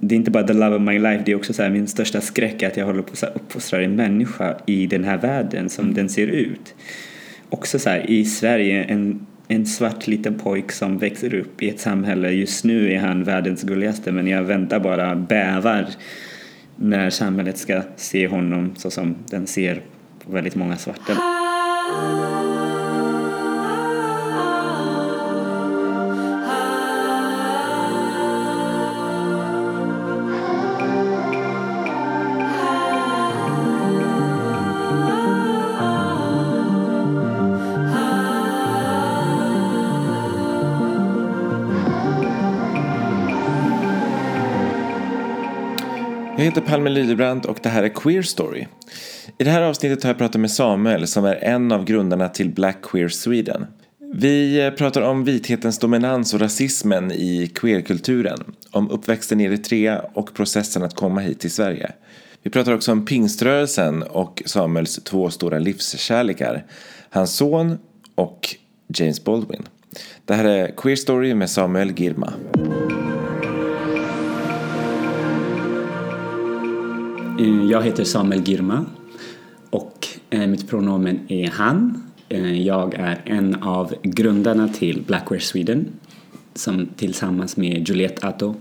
det är inte bara the love of my life, det är också så här, min största skräck är att jag håller på att uppfostra en människa i den här världen som den ser ut. Också så här, i Sverige, en svart liten pojk som växer upp i ett samhälle. Just nu är han världens gulligaste, men jag väntar bara, bävar när samhället ska se honom så som den ser på väldigt många svarta. Jag heter Palme Lydebrand och det här är Queer Story. I det här avsnittet har jag pratat med Samuel som är en av grundarna till Black Queer Sweden. Vi pratar om vithetens dominans och rasismen i queerkulturen, om uppväxten i Eritrea och processen att komma hit till Sverige. Vi pratar också om pingströrelsen och Samuels 2 stora livskärlekar, hans son och James Baldwin. Det här är Queer Story med Samuel Girma. Jag heter Samuel Girma och mitt pronomen är han. Jag är en av grundarna till Black Queer Sweden som tillsammans med Juliette Atto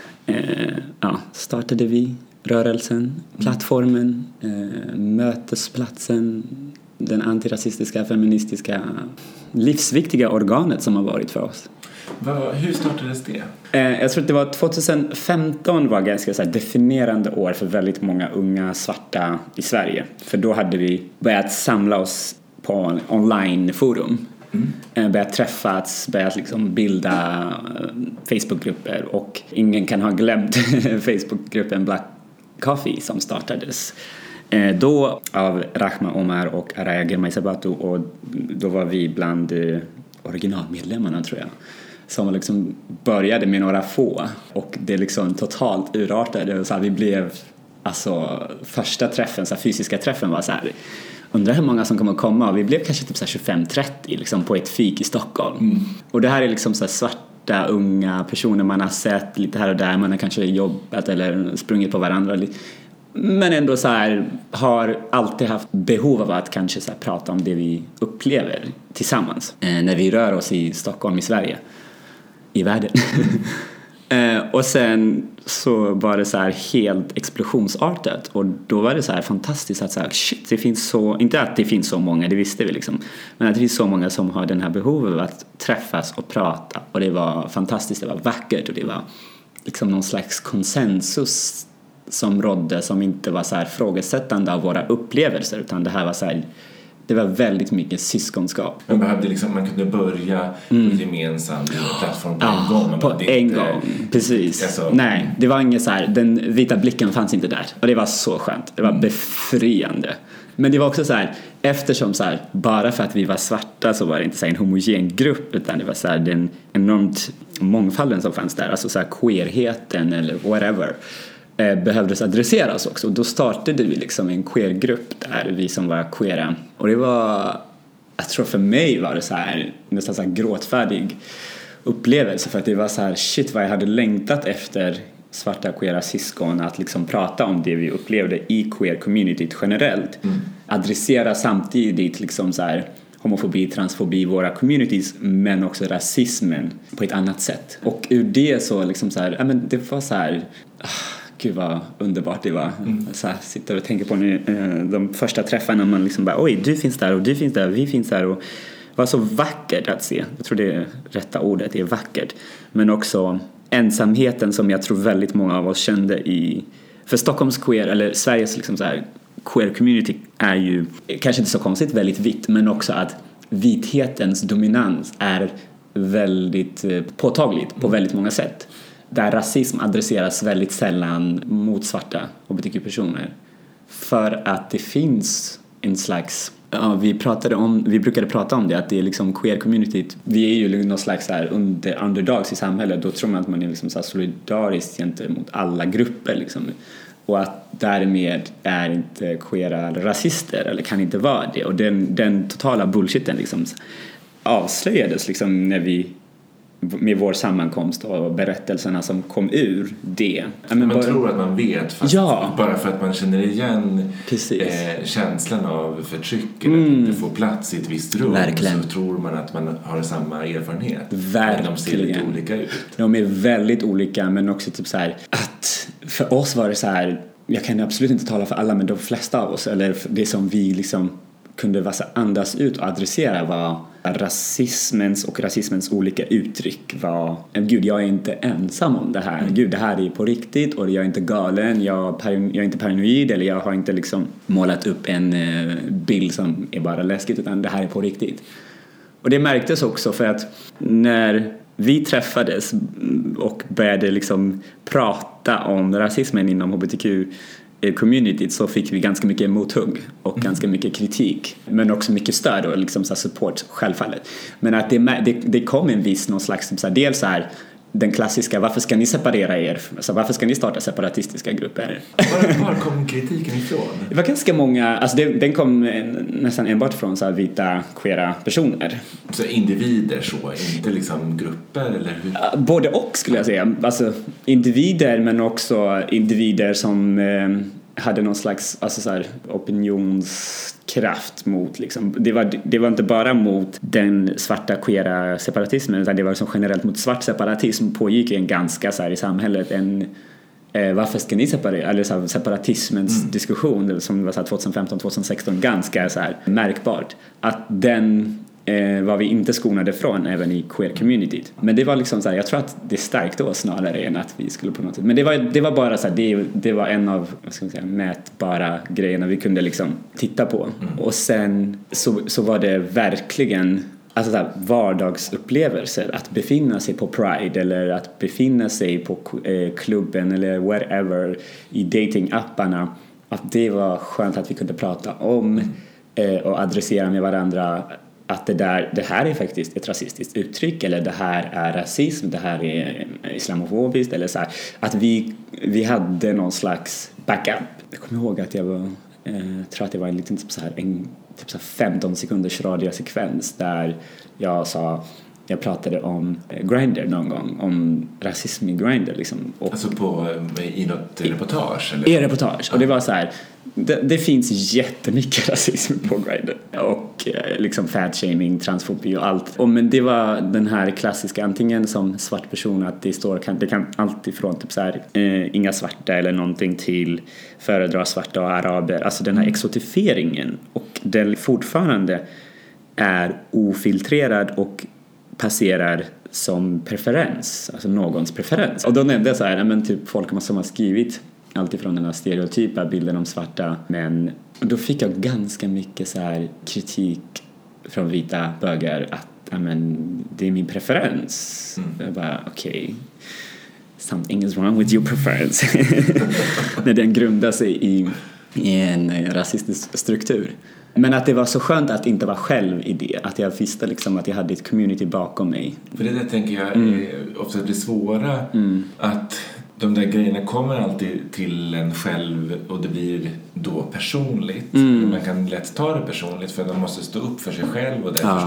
startade vi rörelsen, plattformen, mötesplatsen, den antirasistiska, feministiska, livsviktiga organet som har varit för oss. Hur startades det? Jag tror att det var 2015 var ganska så här definierande år för väldigt många unga svarta i Sverige. För då hade vi börjat samla oss på onlineforum. Börjat träffas, börjat liksom bilda Facebookgrupper. Och ingen kan ha glömt Facebookgruppen Black Coffee som startades. Då av Rahma Omar och Araya Girmay Sabatu, och då var vi bland originalmedlemmarna tror jag. Som liksom började med några få och det liksom totalt urartade. Så här, vi blev, alltså första träffen, så här, fysiska träffen var så här, undrar hur många som kommer att komma, och vi blev kanske typ så här 25-30 liksom på ett fik i Stockholm. Och det här är liksom så här svarta unga personer man har sett lite här och där, man har kanske jobbat eller sprungit på varandra, men ändå så här har alltid haft behov av att kanske så här prata om det vi upplever tillsammans när vi rör oss i Stockholm, i Sverige, i världen. Och sen så var det så här helt explosionsartat, och då var det så här fantastiskt att så här, shit, det finns så, inte att det finns så många, det visste vi liksom, men att det finns så många som har den här behovet av att träffas och prata, och det var fantastiskt, det var vackert, och det var liksom någon slags konsensus som rådde, som inte var så här frågesättande av våra upplevelser, utan det här var så här, det var väldigt mycket syskonskap. Man behövde liksom, man kunde börja på gemensam plattform på en gång. På en gång, precis. Alltså, nej, det var inget så här, den vita blicken fanns inte där. Och det var så skönt, det var befriande. Men det var också så här, eftersom så här, bara för att vi var svarta så var det inte så här en homogen grupp, utan det var så här den enormt mångfalden som fanns där, alltså så här queerheten eller whatever, behövdes adresseras också. Och då startade vi liksom en queergrupp där vi som var queera. Och det var, jag tror för mig var det så här nästan så här gråtfärdig upplevelse, för att det var så här, shit vad jag hade längtat efter svarta queera syskon att liksom prata om det vi upplevde i queer communityt generellt. Adressera samtidigt liksom så här homofobi, transfobi, våra communities, men också rasismen på ett annat sätt. Och ur det så liksom så här, men det var så här, gud vad underbart det var. Så här, sitter och tänker på nu, de första träffarna, man liksom bara, oj, du finns där och du finns där och vi finns där, och det var så vackert att se. Jag tror det är rätta ordet, det är vackert. Men också ensamheten som jag tror väldigt många av oss kände för Stockholms queer, eller Sveriges liksom så här queer community är ju kanske inte så konstigt väldigt vitt, men också att vithetens dominans är väldigt påtagligt på väldigt många sätt. Där rasism adresseras väldigt sällan mot svarta hbtq-personer. För att det finns en slags, vi brukade prata om det, att det är liksom queer communityt, vi är ju någon slags så här underdogs i samhället. Då tror man att man är liksom så här solidarisk gentemot alla grupper liksom. Och att därmed är inte queera rasister, eller kan inte vara det. Och den totala bullshiten liksom avslöjades liksom när vi med vår sammankomst och berättelserna som kom ur det. Man tror att man vet, fast bara för att man känner igen känslan av förtryck eller att inte få plats i ett visst rum. Verkligen. Så tror man att man har samma erfarenhet. Verkligen. Men de ser lite olika ut. De är väldigt olika, men också typ så här att för oss var det så här, jag kan absolut inte tala för alla, men de flesta av oss, eller det som vi liksom kunde andas ut och adressera var rasismens olika uttryck. Gud, jag är inte ensam om det här. Gud, det här är på riktigt och jag är inte galen. Jag är inte paranoid, eller jag har inte liksom målat upp en bild som är bara läskigt, utan det här är på riktigt. Och det märktes också för att när vi träffades och började liksom prata om rasismen inom hbtq-communityt, så fick vi ganska mycket mothugg och ganska mycket kritik, men också mycket stöd och liksom så support, självfallet. Men att det kom en viss någon slags så här, dels så här den klassiska, varför ska ni separera er? Alltså, varför ska ni starta separatistiska grupper? Var kom kritiken ifrån? Det var ganska många, alltså den kom nästan enbart från så här vita, queera personer. Så individer så, inte liksom grupper eller hur? Både och skulle jag säga. Alltså individer, men också individer som hade någon slags alltså så här, opinionskraft mot liksom. Det var inte bara mot den svarta queera separatismen, utan det var som generellt mot svart separatism pågick en ganska så här i samhället varför ska ni separera, eller så här, separatismens diskussion som var så här 2015-2016 ganska så här märkbart att den var vi inte skonade från även i queer-communityt. Men det var liksom så här, jag tror att det stärkte oss snarare än att vi skulle på något sätt. Men det var bara så här, det var en av, vad ska man säga, mätbara grejerna vi kunde liksom titta på. Och sen så var det verkligen alltså så här, vardagsupplevelser att befinna sig på Pride eller att befinna sig på klubben eller wherever i datingapparna, att det var skönt att vi kunde prata om och adressera med varandra att det här är faktiskt ett rasistiskt uttryck, eller det här är rasism, det här är islamofobiskt, eller så här, att vi hade någon slags backup. Jag kommer ihåg att jag tror att det var en liten typ så här 15 sekunders radiosekvens där jag pratade om Grindr någon gång, om rasism i Grindr liksom. Alltså i något reportage? Eller? I reportage, och det var så här, det finns jättemycket rasism på Grindr och liksom fatshaming, transfobi och allt. Men det var den här klassiska, antingen som svart person att det kan alltid från typ så här, inga svarta eller någonting till föredra svarta och araber, alltså den här exotifieringen, och den fortfarande är ofiltrerad och passerar som preferens, alltså någons preferens. Och då nämnde jag så här, men typ folk som har skrivit alltifrån den här stereotypa bilden om svarta män. Och då fick jag ganska mycket så här kritik från vita bögar att det är min preferens. Jag bara, okej. Something is wrong with your preference. När den grundar sig i en rasistisk struktur. Men att det var så skönt att inte vara själv i det. Att jag visste liksom att jag hade ett community bakom mig. För det där tänker jag är ofta det svåra. Att de där grejerna kommer alltid till en själv och det blir då personligt. Man kan lätt ta det personligt för man måste stå upp för sig själv och därför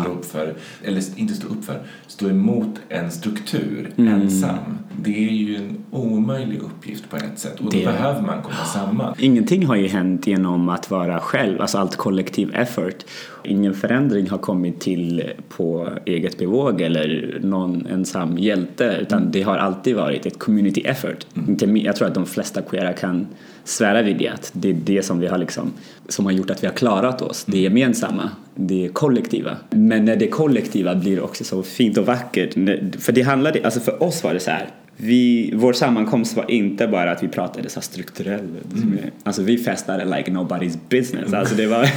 stå emot en struktur ensam. Det är ju en omöjlig uppgift på ett sätt och då behöver man komma samman. Ingenting har ju hänt genom att vara själv, alltså allt kollektiv effort. Ingen förändring har kommit till på eget bevåg eller någon ensam hjälte, utan det har alltid varit ett community effort. Jag tror att de flesta queera kan svära vid det, att det är det som vi har liksom, som har gjort att vi har klarat oss. Det gemensamma, det kollektiva. Men när det kollektiva blir också så fint och vackert, för det handlade, alltså för oss var det så här, vår sammankomst var inte bara att vi pratade så strukturellt. Alltså vi festade like nobody's business. Alltså det var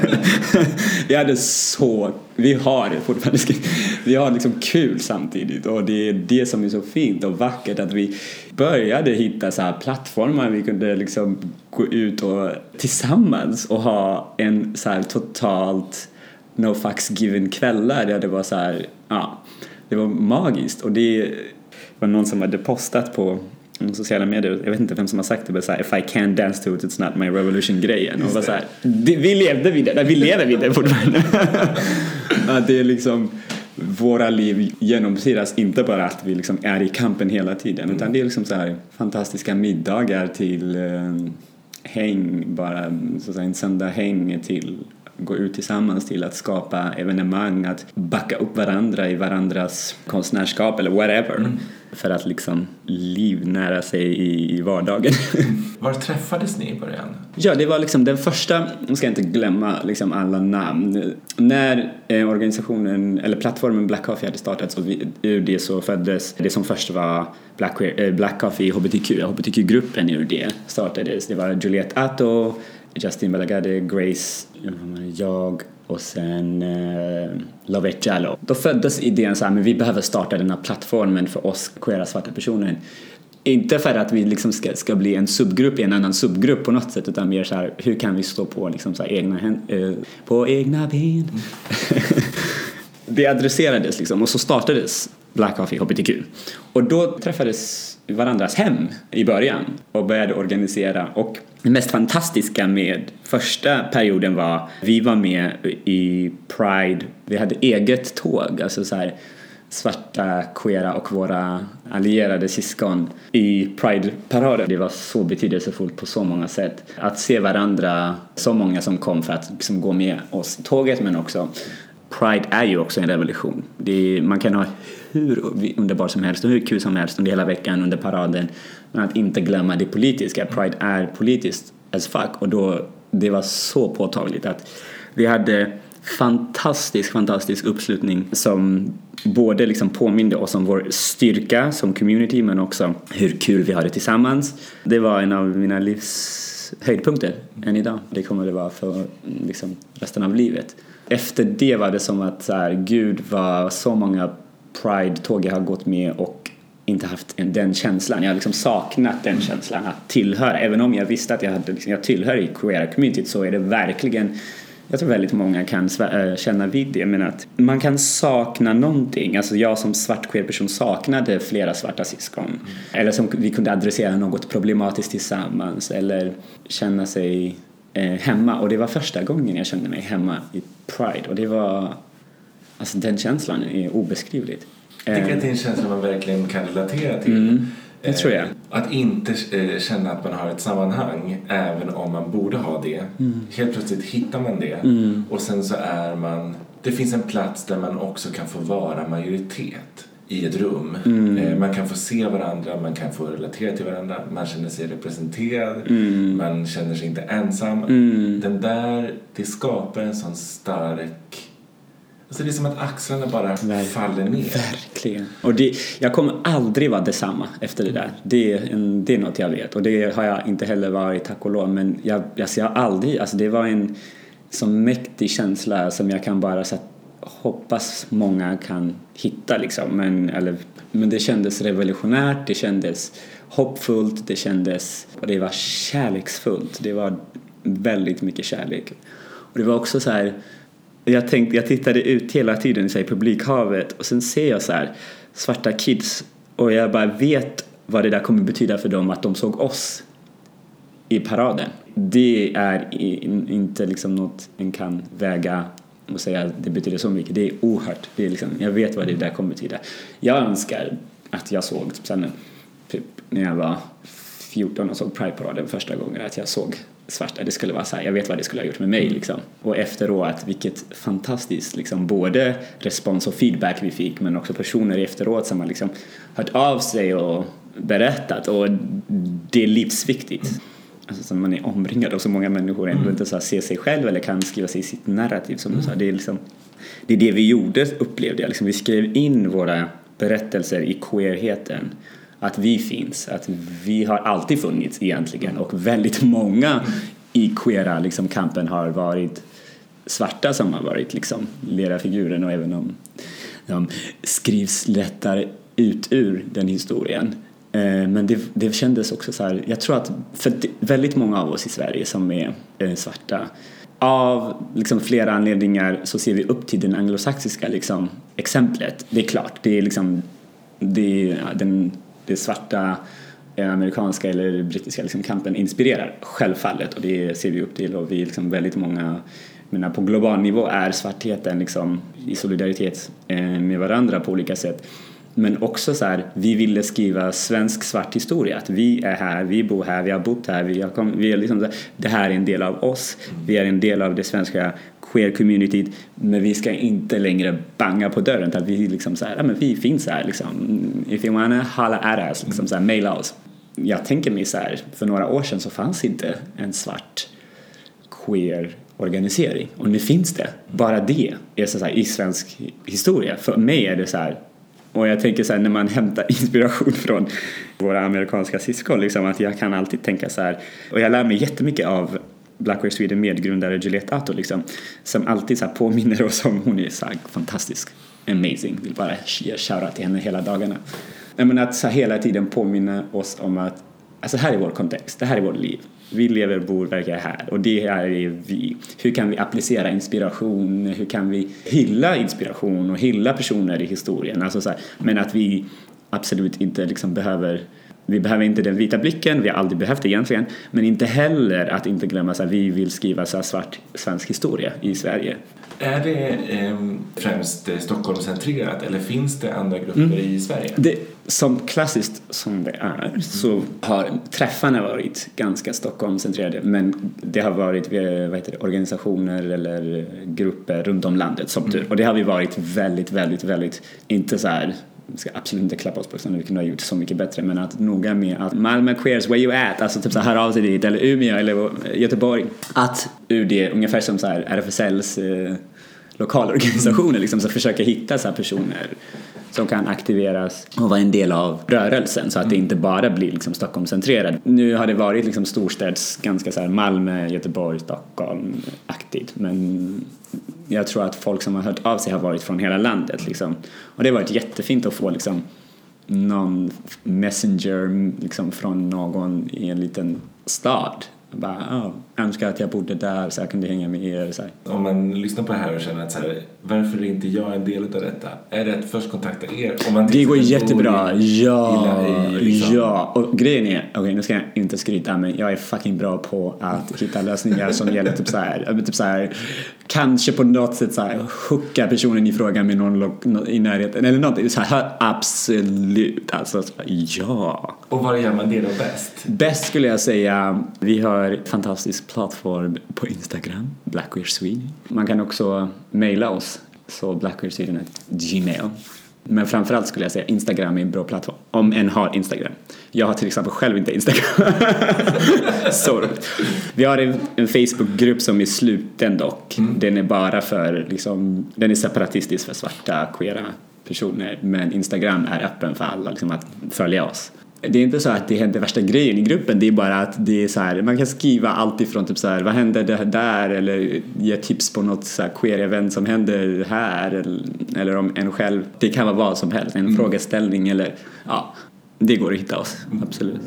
vi har liksom kul samtidigt, och det är det som är så fint och vackert, att vi började hitta så här plattformar vi kunde liksom gå ut och tillsammans och ha en så här totalt no fucks given kvällar där det var så här, det var magiskt. Och det var någon som hade postat på sociala medier, jag vet inte vem som har sagt det, men så här, if I can't dance to it, it's not my revolution-grejen. Och vi lever vid det fortfarande. Att det är liksom, våra liv genomsyras inte bara att vi liksom är i kampen hela tiden, utan det är liksom så här fantastiska middagar till häng, bara så att säga, en söndag häng, till gå ut tillsammans, till att skapa evenemang, att backa upp varandra i varandras konstnärskap eller whatever, för att liksom livnära sig i vardagen. Var träffades ni i början? Ja, det var liksom den första, jag ska inte glömma liksom alla namn. När organisationen eller plattformen Black Coffee hade startats, och ur det så föddes det som först var Black Coffee HBTQ-gruppen. Ur det startades. Det var Juliette Atto, Justin Balagade, Grace, jag och sen Lovette Jallow. Då föddes idén så här, men vi behöver starta den här plattformen för oss queera svarta personer. Inte för att vi liksom ska bli en subgrupp i en annan subgrupp på något sätt, utan mer så här, hur kan vi stå på liksom så här på egna ben. Det adresserades liksom, och så startades Black Coffee HBTQ. Och då träffades varandras hem i början och började organisera. Och det mest fantastiska med första perioden var, vi var med i Pride. Vi hade eget tåg, alltså så här, svarta, queera och våra allierade syskon i Pride-paraden. Det var så betydelsefullt på så många sätt. Att se varandra, så många som kom för att liksom gå med oss i tåget, men också Pride är ju också en revolution. Man kan ha hur underbart som helst och hur kul som helst under hela veckan under paraden, men att inte glömma det politiska. Pride är politiskt as fuck, och då det var så påtagligt att vi hade fantastisk uppslutning som både liksom påminde oss om vår styrka som community, men också hur kul vi har det tillsammans. Det var en av mina livs höjdpunkter än idag. Det kommer det vara för liksom resten av livet. Efter det var det som att så här, gud, var så många Pride-tåg jag har gått med och inte haft den känslan. Jag har liksom saknat den känslan att tillhöra. Även om jag visste att jag tillhör i queer-communityt, så är det verkligen, jag tror väldigt många kan känna vid det, men att man kan sakna någonting. Alltså jag som svart queer-person saknade flera svarta syskon. Eller som vi kunde adressera något problematiskt tillsammans, eller känna sig hemma. Och det var första gången jag kände mig hemma i Pride. Och det var, alltså den känslan är obeskrivligt. Jag tycker att det är en känsla man verkligen kan relatera till. Det tror jag. Att inte känna att man har ett sammanhang, även om man borde ha det. Helt plötsligt hittar man det. Och sen så är man, det finns en plats där man också kan få vara majoritet i ett rum. Man kan få se varandra, man kan få relatera till varandra, man känner sig representerad, man känner sig inte ensam. Den där, det skapar en sån stark, alltså det är som att axlarna bara faller ner. Verkligen. Och jag kommer aldrig vara detsamma efter det där. Det är något jag vet. Och det har jag inte heller varit, tack och lov. Men jag aldrig, alltså det var en så mäktig känsla som jag kan bara hoppas många kan hitta liksom. Men det kändes revolutionärt, det kändes hoppfullt, och det var kärleksfullt. Det var väldigt mycket kärlek. Och det var också så här, jag tittade ut hela tiden i publikhavet, och sen ser jag så här svarta kids, och jag bara vet vad det där kommer betyda för dem, att de såg oss i paraden. Det är inte liksom något en kan väga och säga det betyder så mycket. Det är oerhört. Det är liksom, jag vet vad det där kommer betyda. Jag önskar att jag såg sen typ när jag var 14 och såg Pride-paraden första gången, att jag såg svarta. Det skulle vara så här, jag vet vad det skulle ha gjort med mig liksom. Och efteråt, vilket fantastiskt liksom, både respons och feedback vi fick, men också personer efteråt som har liksom hört av sig och berättat, och det är livsviktigt. Alltså, som man är omringad av så många människor ändå inte så här, ser sig själv eller kan skriva sig i sitt narrativ som du sa. Det är liksom, det är det vi gjorde, upplevde jag liksom. Vi skrev in våra berättelser i queerheten, att vi finns, att vi har alltid funnits egentligen, och väldigt många i queera liksom, kampen har varit svarta som har varit liksom ledarfiguren, och även om de skrivs lättare ut ur den historien. Men det kändes också så här, jag tror att för väldigt många av oss i Sverige som är svarta, av liksom flera anledningar så ser vi upp till den anglosaxiska liksom exemplet. Det är klart, det är liksom det svarta amerikanska eller brittiska liksom kampen inspirerar självfallet, och det ser vi upp till, och vi liksom väldigt många Men på global nivå är svartheten liksom i solidaritet med varandra på olika sätt. Men också så här, vi ville skriva svensk svart historia. Att vi är här, vi bor här, vi har bott här, vi är liksom, det här är en del av oss. Vi är en del av det svenska queer-communityt. Men vi ska inte längre banga på dörren. Att vi liksom så här, ja, men vi finns här liksom. If you wanna, holla at us. Liksom så här, maila oss. Jag tänker mig så här, för några år sedan så fanns inte en svart queer-organisering. Och nu finns det. Bara det är så här, i svensk historia. För mig är det så här. Och jag tänker så här, när man hämtar inspiration från våra amerikanska syskon liksom, att jag kan alltid tänka så här, och jag lär mig jättemycket av Black Queer Sweden medgrundare Juliette Atto liksom, som alltid så här påminner oss om, hon är så här fantastisk, amazing, vill bara ge shoutout till henne hela dagarna. Men att så här, hela tiden påminna oss om att alltså här är vår kontext, det här är vårt liv. Vi lever, bor, verkar här. Och det här är vi. Hur kan vi applicera inspiration? Hur kan vi hylla inspiration och hylla personer i historien? Alltså så här, men att vi absolut inte liksom behöver... Vi behöver inte den vita blicken, vi har aldrig behövt det egentligen. Men inte heller att inte glömma att vi vill skriva så här svart svensk historia i Sverige. Är det främst Stockholmscentrerat eller finns det andra grupper i Sverige? Det, som klassiskt som det är så har träffarna varit ganska Stockholmscentrerade, men det har varit organisationer eller grupper runt om landet som tur. Och det har vi varit väldigt inte så här. Vi ska absolut inte klappa oss på så vi kunde ha gjort så mycket bättre, men att noga med att Malmö Queers, where you at? Alltså typ så här av sig dit, eller Umeå eller Göteborg. Att ur det, ungefär som så här RFSLs lokalorganisationer liksom, så försöka hitta så här personer som kan aktiveras och vara en del av rörelsen så att det inte bara blir liksom Stockholmscentrerad. Nu har det varit liksom storstäds, ganska så här Malmö, Göteborg, Stockholm aktivt, men jag tror att folk som har hört av sig har varit från hela landet liksom. Och det har varit jättefint att få liksom någon messenger liksom från någon i en liten stad. Bara, önskar att jag bodde där så jag kunde hänga med er. Så här. Om man lyssnar på det här och känner att så här, varför är inte jag en del av detta? Är det att först kontakta er? Om man det går jättebra. Ja. Och grejen är, okej, nu ska jag inte skryta, men jag är fucking bra på att hitta lösningar som gäller typ så här, kanske på något sätt så här hooka personen i frågan med någon i närheten eller något så här, absolut, alltså så här, ja. Och vad gör man det då bäst? Bäst skulle jag säga, vi har en fantastisk plattform på Instagram, Black Queer Sweden. Man kan också mejla oss, så blackqueersweden@gmail. Men framförallt skulle jag säga Instagram är en bra plattform, om en har Instagram. Jag har till exempel själv inte Instagram. Så vi har en Facebookgrupp som är sluten dock. Den är bara för liksom, den är separatistisk för svarta queera personer, men Instagram är öppen för alla liksom, att följa oss. Det är inte så att det händer värsta grejen i gruppen, det är bara att det är så här, man kan skriva allt ifrån typ så här, vad händer det där, eller ge tips på något så här queer-event som händer här, eller om en själv, det kan vara vad som helst, en frågeställning eller ja, det går att hitta oss, absolut.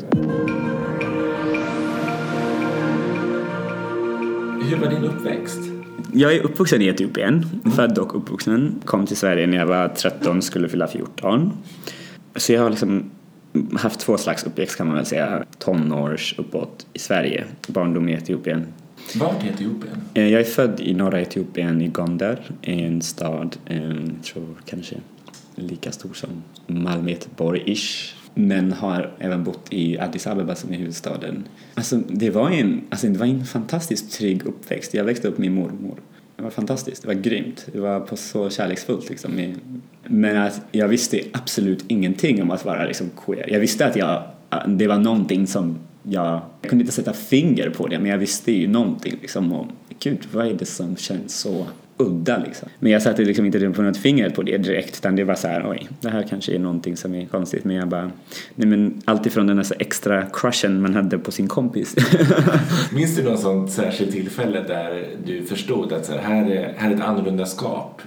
Hur var din uppväxt? Jag är uppvuxen i Etiopien, född och uppvuxen, kom till Sverige när jag var 13, skulle fylla 14. Så jag har liksom haft två slags uppväxt kan man väl säga. Tonårs uppåt i Sverige, barndom i Etiopien. Vart i Etiopien? Jag är född i norra Etiopien i Gondar, en stad, tror kanske lika stor som Malmö, Göteborg-ish. Men har även bott i Addis Abeba som är huvudstaden. Alltså det var en fantastiskt trygg uppväxt. Jag växte upp med min mormor. Det var fantastiskt, det var grymt. Det var på så kärleksfullt liksom. Men att jag visste absolut ingenting om att vara liksom queer. Jag visste att det var någonting som jag kunde inte sätta finger på det, men jag visste ju någonting liksom om, gud, vad är det som känns så udda liksom. Men jag satte liksom inte på något finger på det direkt, utan det var så här, oj, det här kanske är någonting som är konstigt, men jag bara, nej men alltifrån den här så extra crushen man hade på sin kompis. Minns du någon sån särskilt tillfälle där du förstod att så här är ett annorlunda skap?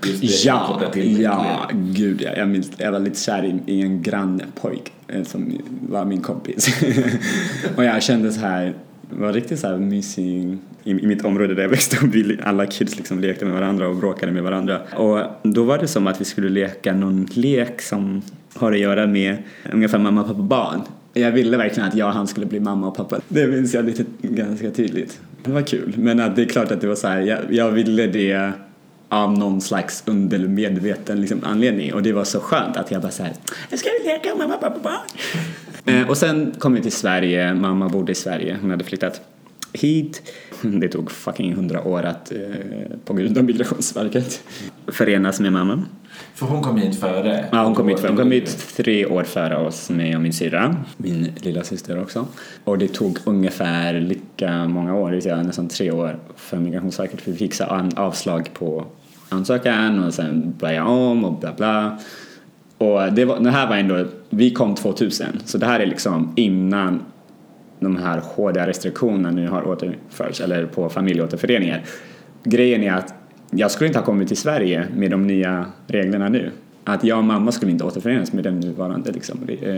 Gud, jag minns, jag var lite kär i en grannpojk som var min kompis. Och jag kände så här, var riktigt så här mysig i mitt område där jag växte upp. Alla kids liksom lekte med varandra och bråkade med varandra. Och då var det som att vi skulle leka någon lek som har att göra med ungefär mamma, pappa, barn. Jag ville verkligen att jag och han skulle bli mamma och pappa. Det minns jag ganska tydligt. Det var kul, men det är klart att det var så här, jag ville det av någon slags undermedveten liksom anledning, och det var så skönt att jag bara så här, jag ska leka mamma, pappa. Och sen kom vi till Sverige, mamma bodde i Sverige, hon hade flyttat hit. Det tog fucking 100 år att på grund av Migrationsverket förenas med mamma. För hon kom hit före? Ja, hon kom hit 3 år före oss, mig och min syrra. Min lilla syster också. Och det tog ungefär lika många år, nästan 3 år för Migrationsverket. För vi fick avslag på ansökan och sen började om och bla bla. Och det här var ändå, vi kom 2000. Så det här är liksom innan de här hårda restriktionerna nu har återförts, eller på familjeåterföreningar. Grejen är att jag skulle inte ha kommit till Sverige med de nya reglerna nu. Att jag och mamma skulle inte återförenas med den nuvarande liksom.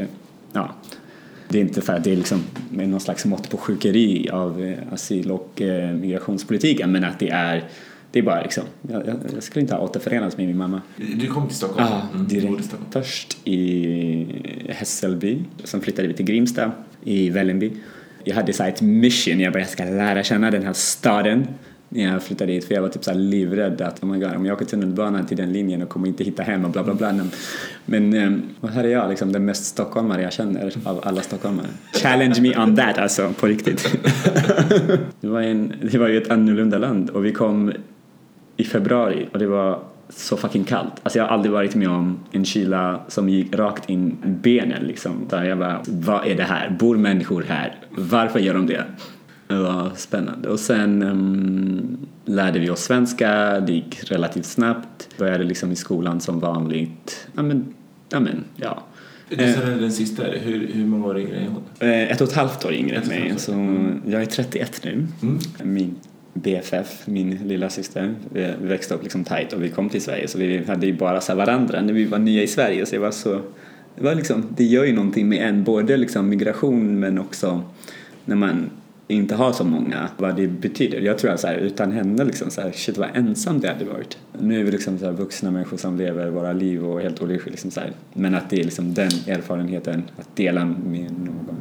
Det är inte för att det är liksom någon slags mått på sjukeri av asyl- och migrationspolitiken, men att det är bara liksom, jag skulle inte ha återförenats med min mamma. Du kom till Stockholm? Ja, direkt. Först i Hässelby, sen flyttade vi till Grimsta i Vällingby. Jag hade så här ett mission, jag ska lära känna den här staden. Jag flyttade dit för jag var typ så här livrädd att oh my God, om jag åker tunnelbanan till den linjen och kommer inte hitta hem och bla bla bla. Men och här är jag liksom den mest stockholmare jag känner av alla stockholmare. Challenge me on that, alltså, på riktigt. Det var ju ett annorlunda land, och vi kom i februari och det var så fucking kallt. Alltså jag har aldrig varit med om en kyla som gick rakt in i benen liksom. Där jag bara, vad är det här? Bor människor här? Varför gör de det? Det var spännande. Och sen lärde vi oss svenska. Det gick relativt snabbt. Började liksom i skolan som vanligt. Ja. Du sa den sista, hur många år yngre är hon? 1,5 år yngre än mig. Så jag är 31 nu. Min BFF, min lilla syster, vi växte upp liksom tight och vi kom till Sverige, så vi hade ju bara så varandra när vi var nya i Sverige, så det var liksom, det gör ju någonting med en, både liksom migration men också när man inte har så många, vad det betyder. Jag tror att så här, utan henne liksom så här, shit vad ensam det hade varit. Nu är vi liksom så här vuxna människor som lever våra liv och helt olika liksom så här, men att det är liksom den erfarenheten att dela med någon.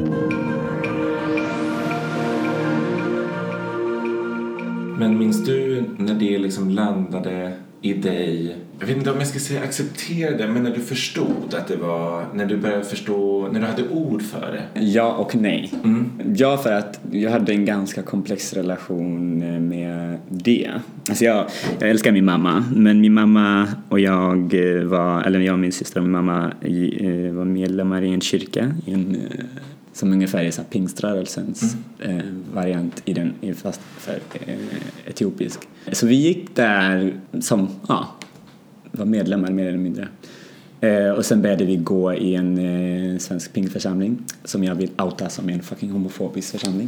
Men minns du när det liksom landade i dig? Jag vet inte om jag ska säga accepterade, men när du förstod att det var, när du började förstå, när du hade ord för det? Ja och nej. Ja, för att jag hade en ganska komplex relation med det. Alltså jag älskar min mamma, men min mamma och jag och min syster och min mamma var medlemmar i en kyrka, som ungefär är så pingströrelsens variant fast för etiopisk. Så vi gick där som var medlemmar mer eller mindre. Och sen började vi gå i en svensk pingförsamling som jag vill outa som en fucking homofobisk församling.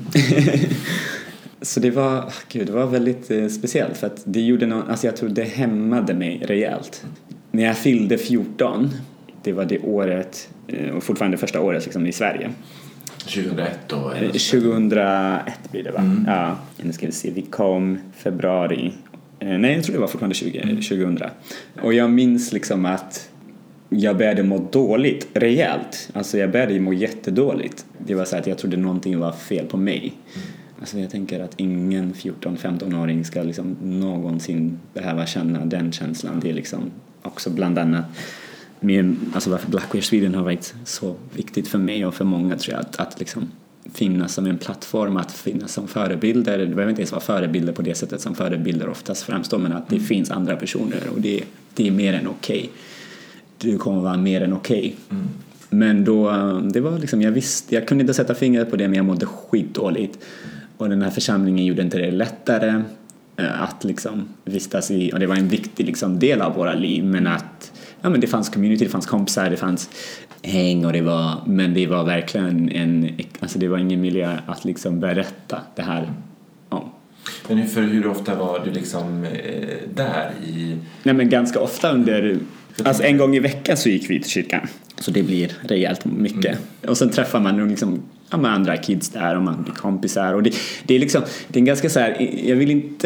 Så det var väldigt speciellt, för att det gjorde jag tror det hämmade mig rejält. När jag fyllde 14, det var det året, och fortfarande första året liksom i Sverige. 2001 då? 2001 blir det, va? Ja, nu ska vi se. Vi kom februari. Nej, jag tror det var fortfarande 2000. Och jag minns liksom att jag började må dåligt, rejält. Alltså jag började må jättedåligt. Det var så att jag trodde någonting var fel på mig. Alltså jag tänker att ingen 14-15-åring ska liksom någonsin behöva känna den känslan. Det är liksom också bland annat alltså varför Black Queer Sweden har varit så viktigt för mig och för många, tror jag, att liksom finnas som en plattform, att finnas som förebilder. Det behöver inte ens vara förebilder på det sättet som förebilder oftast framstår, men att det finns andra personer, och det är mer än okej. Du kommer vara mer än okej. Men då, det var liksom, jag kunde inte sätta fingret på det, men jag mådde skitdåligt. Och den här församlingen gjorde inte det lättare att liksom vistas i, och det var en viktig liksom del av våra liv, men att men det fanns community, det fanns kompisar, det fanns häng, och det var verkligen alltså det var ingen miljö att liksom berätta det här om. Men hur ofta var du liksom där i? Nej, men ganska ofta alltså en gång i veckan så gick vi till kyrkan. Så det blir rejält mycket. Och sen träffar man liksom med andra kids där, och man blir kompisar, och det är liksom, det är en ganska så här,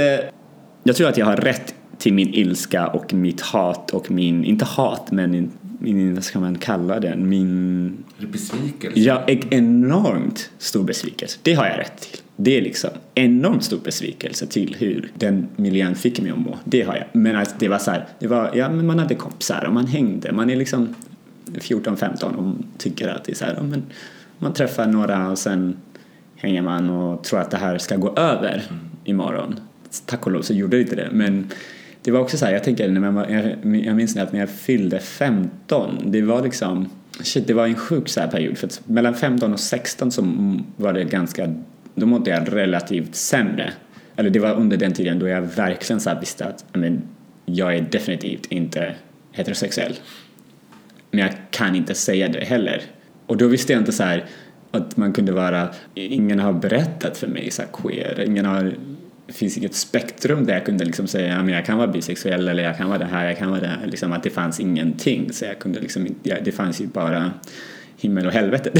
jag tror att jag har rätt till min ilska och mitt hat och inte hat, men vad ska man kalla den? Besvikelse? Ja, enormt stor besvikelse. Det har jag rätt till. Det är liksom enormt stor besvikelse till hur den miljön fick mig att må. Det har jag. Men att det var så här, men man hade kompisar och man hängde. Man är liksom 14-15 och tycker att det är så här, men man träffar några och sen hänger man och tror att det här ska gå över imorgon. Tack och lov så gjorde det inte det. Men det var också så här, jag tänker jag minns att när jag fyllde 15, det var liksom det var en sjuk så här period, för att mellan 15 och 16 så var det då mådde jag relativt sämre. Eller det var under den tiden då jag verkligen så här visste att jag är definitivt inte heterosexuell. Men jag kan inte säga det heller. Och då visste jag inte så här att man kunde vara, ingen har berättat för mig så här queer, det finns inget spektrum där jag kunde liksom säga men jag kan vara bisexuell eller jag kan vara det här, jag kan vara det här, liksom att det fanns ingenting, så jag kunde liksom det fanns ju bara himmel och helvete.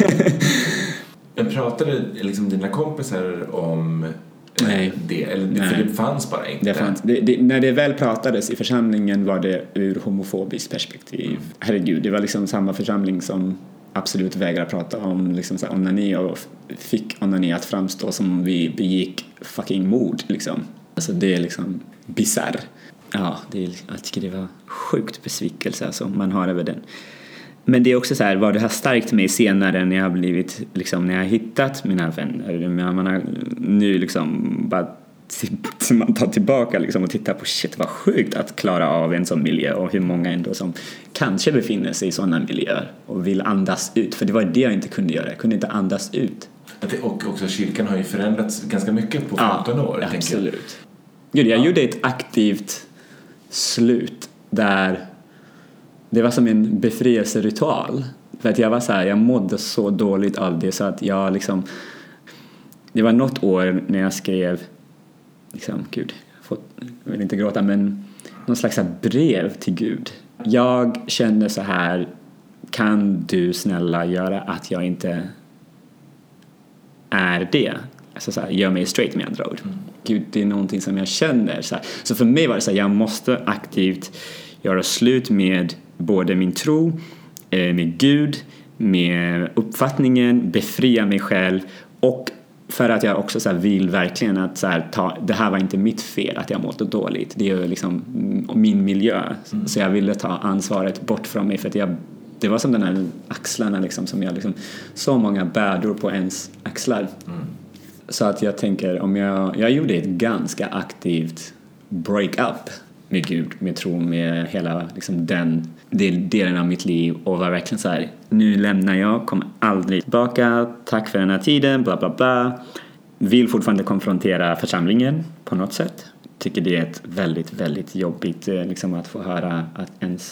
Men pratade liksom dina kompisar om det? Eller, nej. För det fanns bara inte. När det väl pratades i församlingen var det ur homofobiskt perspektiv. Herregud, det var liksom samma församling som absolut vägrar prata om liksom så här onani och fick onani att framstå som vi begick fucking mord liksom. Alltså det är liksom bizarr. Ja, jag tycker det var sjukt besvikelse alltså, man har över den. Men det är också så här, vad det har stärkt mig senare när jag har blivit liksom, när jag har hittat mina vänner, man har nu liksom bara man tar tillbaka liksom och tittar på shit vad sjukt att klara av en sån miljö och hur många ändå som kanske befinner sig i sådana miljöer och vill andas ut, för det var det jag inte kunde göra, jag kunde inte andas ut. Och också kyrkan har ju förändrats ganska mycket på 15 år. Ja, absolut. Jag gjorde ett aktivt slut där det var som en befrielseritual, för att jag var så här, jag mådde så dåligt av det så att jag liksom, det var något år när jag skrev liksom, Gud, jag vill inte gråta, men någon slags brev till Gud. Jag kände så här, kan du snälla göra att jag inte är det? Alltså så här, gör mig straight med andra ord. Gud, det är någonting som jag känner. Så för mig var det så här, jag måste aktivt göra slut med både min tro, med Gud, med uppfattningen, befria mig själv, och för att jag också så här vill verkligen att så här, det här var inte mitt fel att jag mådde dåligt. Det är liksom min miljö. Så jag ville ta ansvaret bort från mig, för att det var som den här axlarna liksom, som jag liksom, så många bärdor på ens axlar. Så att jag tänker, om jag gjorde ett ganska aktivt break-up med Gud, med tro, med hela liksom, den delen av mitt liv, och var verkligen så här, nu lämnar jag, kommer aldrig tillbaka, tack för den här tiden, bla bla bla. Vill fortfarande konfrontera församlingen på något sätt. Tycker det är ett väldigt, väldigt jobbigt liksom, att få höra att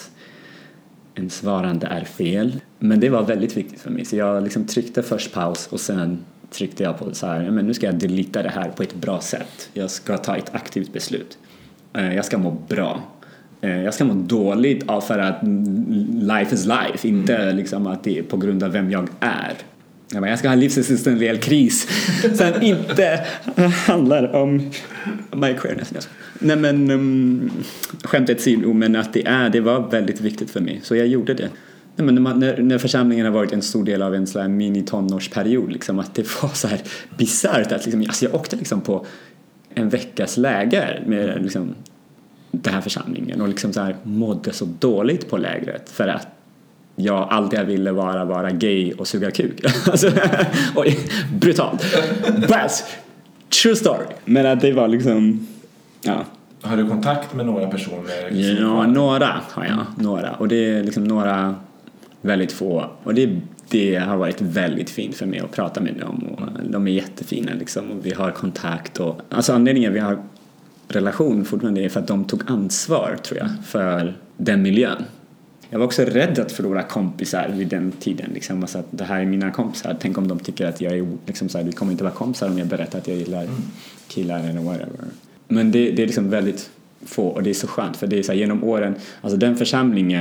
ens svarande är fel. Men det var väldigt viktigt för mig, så jag liksom tryckte först paus och sen tryckte jag på så här, men nu ska jag delita det här på ett bra sätt. Jag ska ta ett aktivt beslut. Jag ska må bra. Jag ska må dåligt för att life is life, inte liksom att det är på grund av vem jag är. Jag ska ha livsexistentiell kris som inte handlar om my queerness. Nej, men skämtet sido, men att det var väldigt viktigt för mig, så jag gjorde det. Nej, men när församlingen har varit en stor del av en sån här mini-tonårsperiod, liksom, att det var så här bizarrt att liksom, alltså jag åkte liksom på en veckas läger med liksom den här församlingen och liksom så här mådde så dåligt på lägret för att allt jag ville vara gay och suga kuk. Alltså, oj, brutalt. But, true story. Men att det var liksom, ja. Har du kontakt med några personer? Ja, några har jag. Några. Och det är liksom några väldigt få. Och det har varit väldigt fint för mig att prata med dem. Och de är jättefina liksom. Och vi har kontakt. Och, alltså anledningen vi har relation fortfarande är för att de tog ansvar, tror jag, för den miljön. Jag var också rädd att förlora kompisar vid den tiden. Liksom. Alltså att det här är mina kompisar. Tänk om de tycker att jag är liksom så här, vi kommer inte vara kompisar om jag berättar att jag gillar killar eller whatever. Men det är liksom väldigt få, och det är så skönt, för det är så här, genom åren, alltså den församlingen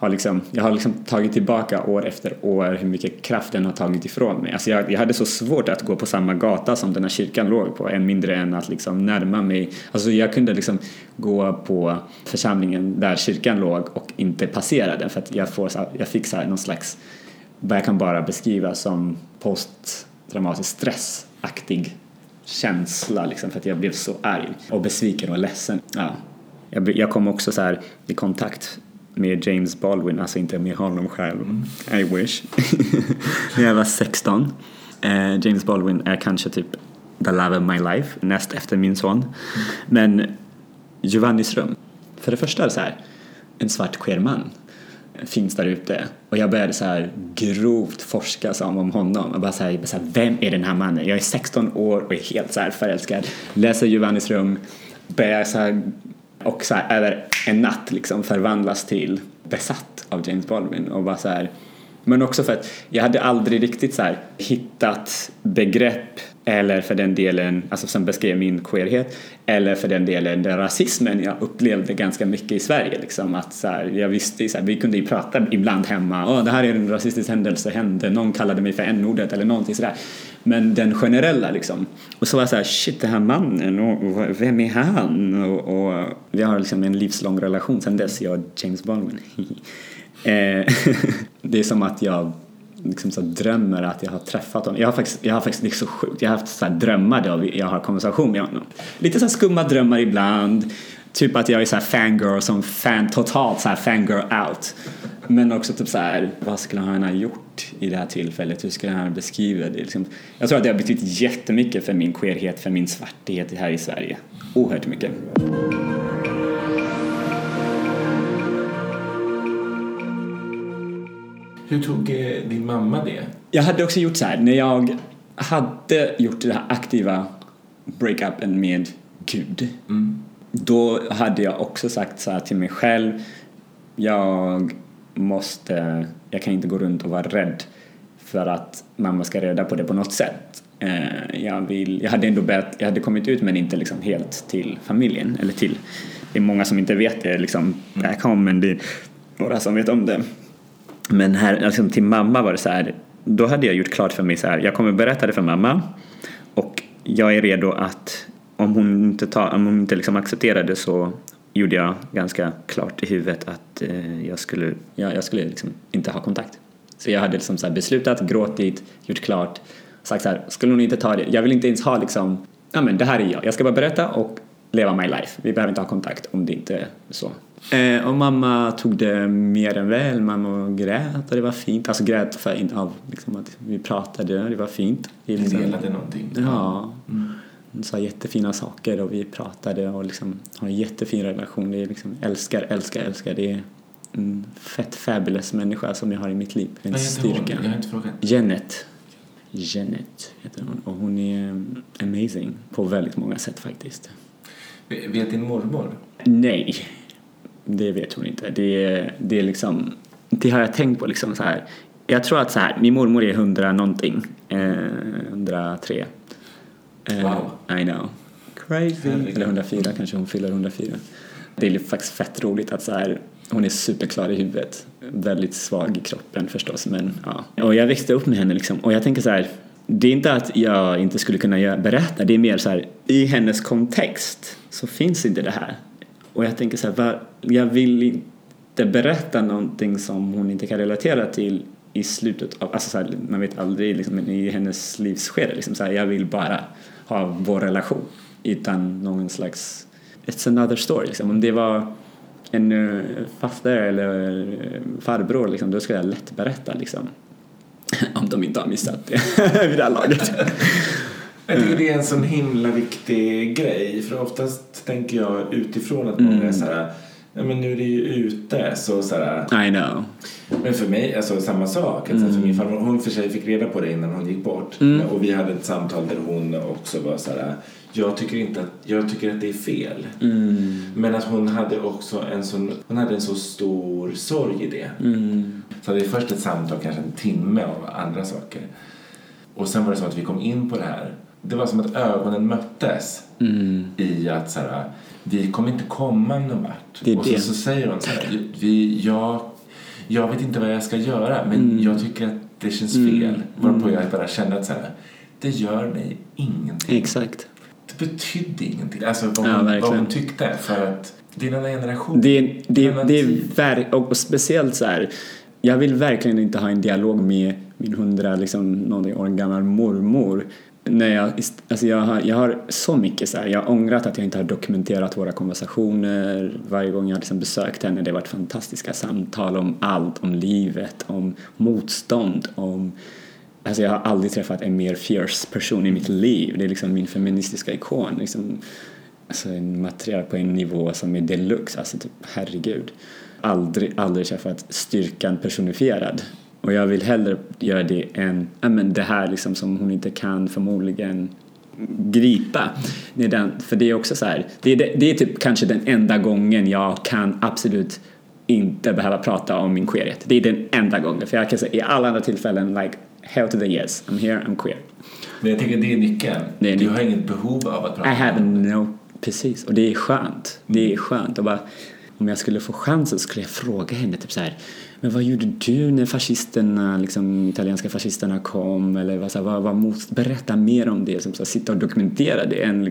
jag har liksom tagit tillbaka år efter år hur mycket kraft den har tagit ifrån mig. Alltså jag hade så svårt att gå på samma gata som den här kyrkan låg på, än mindre än att liksom närma mig. Alltså jag kunde liksom gå på församlingen där kyrkan låg och inte passera den, för att jag fick så här någon slags, vad jag kan bara beskriva som posttraumatisk stressaktig känsla liksom, för att jag blev så arg och besviken och ledsen. Ja. Jag kom också så här i kontakt med James Baldwin, alltså inte med honom själv. I wish. När jag var 16. James Baldwin är kanske typ the love of my life, näst efter min son. Men Giovannis rum, för det första är det så här, en svart queer man finns där ute, och jag började så här grovt forska om honom och bara så här, vem är den här mannen? Jag är 16 år och är helt så här förälskad, läser Giovannis rum, börjar så här, och så här över en natt liksom förvandlas till besatt av James Baldwin, och bara så här, men också för att jag hade aldrig riktigt så här hittat begrepp, eller för den delen, alltså som beskrev min queerhet, eller för den delen den rasismen jag upplevde ganska mycket i Sverige liksom, att så här, jag visste så här, vi kunde ju prata ibland hemma, det här är en rasistisk händelse, hände, någon kallade mig för n-ordet eller någonting sådär, men den generella liksom, och så var jag så här, shit, den här mannen, och vem är han, och vi har liksom en livslång relation sedan dess, jag och James Baldwin. Det är som att jag liksom så drömmer att jag har träffat honom. Jag har faktiskt det är så sjukt. Jag har haft så här drömmar då jag har konversation med honom. Lite så här skumma drömmar ibland. Typ att jag är så här fangirl, som totalt så här fangirl out. Men också typ så här, vad skulle han ha gjort i det här tillfället? Hur skulle han beskriva det? Liksom, jag tror att det har betytt jättemycket för min queerhet, för min svarthet här i Sverige. Oerhört mycket. Hur tog din mamma det? Jag hade också gjort så här, när jag hade gjort det här aktiva break-upen med Gud, då hade jag också sagt så här till mig själv, jag kan inte gå runt och vara rädd för att mamma ska reda på det på något sätt. Jag hade kommit ut, men inte liksom helt till familjen, eller till, det är många som inte vet det liksom back home, men det är några som vet om det. Men här liksom, till mamma var det så här, då hade jag gjort klart för mig så här, jag kommer berätta det för mamma, och jag är redo att om hon inte liksom accepterade, så gjorde jag ganska klart i huvudet att jag skulle liksom inte ha kontakt. Så jag hade liksom så här beslutat, gråtit, gjort klart, sagt så här, skulle hon inte ta det, jag vill inte ens ha liksom, ja men det här är jag ska bara berätta och leva my life, vi behöver inte ha kontakt om det inte är så. Och mamma tog det mer än väl. Mamma grät och det var fint. Alltså grät för av liksom att vi pratade, det var fint. Vi delade någonting. Ja. Hon sa jättefina saker och vi pratade och liksom har en jättefin relation. Det är liksom älskar. Det är en fett fabulous människa som jag har i mitt liv. En styrka. Jag har inte frågat. Janet heter hon. Och hon är amazing på väldigt många sätt faktiskt. Vet din mormor? Nej. Det vet hon inte. Det är liksom, det har jag tänkt på liksom så här. Jag tror att så här, min mormor är 100 någonting. 103. Wow. I know. Crazy. Eller 104 kanske, hon fyller 104. Det är faktiskt fett roligt att så här, hon är superklar i huvudet. Väldigt svag i kroppen förstås, men ja. Och jag växte upp med henne liksom, och jag tänker så här, det är inte att jag inte skulle kunna berätta, det är mer så här, i hennes kontext så finns inte det här. Och jag tänker så här, jag vill inte berätta någonting som hon inte kan relatera till i slutet av, alltså så här, man vet aldrig liksom, i hennes livsskede liksom, så här, jag vill bara ha vår relation utan någon slags, it's another story liksom. Om det var en faster eller farbror liksom, då skulle jag lätt berätta liksom. Om de inte har missat det vid det här laget. Jag tycker det är en sån himla viktig grej, för oftast tänker jag utifrån att många är såhär, ja men nu är det ju ute, så I know. Men för mig, alltså samma sak, alltså, för min farmor, hon för sig fick reda på det innan hon gick bort, och vi hade ett samtal där hon också var såhär, jag tycker att det är fel, men att hon hade också en så stor sorg i det. Så hade vi först ett samtal, kanske en timme av andra saker, och sen var det som att vi kom in på det här. Det var som att ögonen möttes i att så här, vi kommer inte komma någon vart. Och så säger hon så här, jag vet inte vad jag ska göra, men jag tycker att det känns fel. Varpå jag bara kände att så här, det gör mig ingenting. Exakt. Det betydde ingenting. Alltså vad hon tyckte, för att det är en annan generation. Det är och speciellt så här, jag vill verkligen inte ha en dialog med min 100 någon år gammal mormor. När jag har så mycket så här, jag har ångrat att jag inte har dokumenterat våra konversationer varje gång jag har besökt henne. Det har varit fantastiska samtal om allt, om livet, om motstånd, jag har aldrig träffat en mer fierce person i mitt liv. Det är min feministiska ikon, en material på en nivå som är deluxe, typ, herregud. Aldrig träffat styrkan personifierad. Och jag vill hellre göra det än det här som hon inte kan förmodligen gripa. För det är också så här, det är typ kanske den enda gången jag kan absolut inte behöva prata om min queerhet. Det är den enda gången. För jag kan säga i alla andra tillfällen, hell to the yes, I'm here, I'm queer. Men jag tänker det är nyckeln. Du har inget behov av att prata precis, och det är skönt. Det är skönt. Och bara, om jag skulle få chansen så skulle jag fråga henne typ så här, men vad gjorde du när fascisterna, italienska fascisterna kom, eller berätta mer om det, som så sitta och dokumentera det än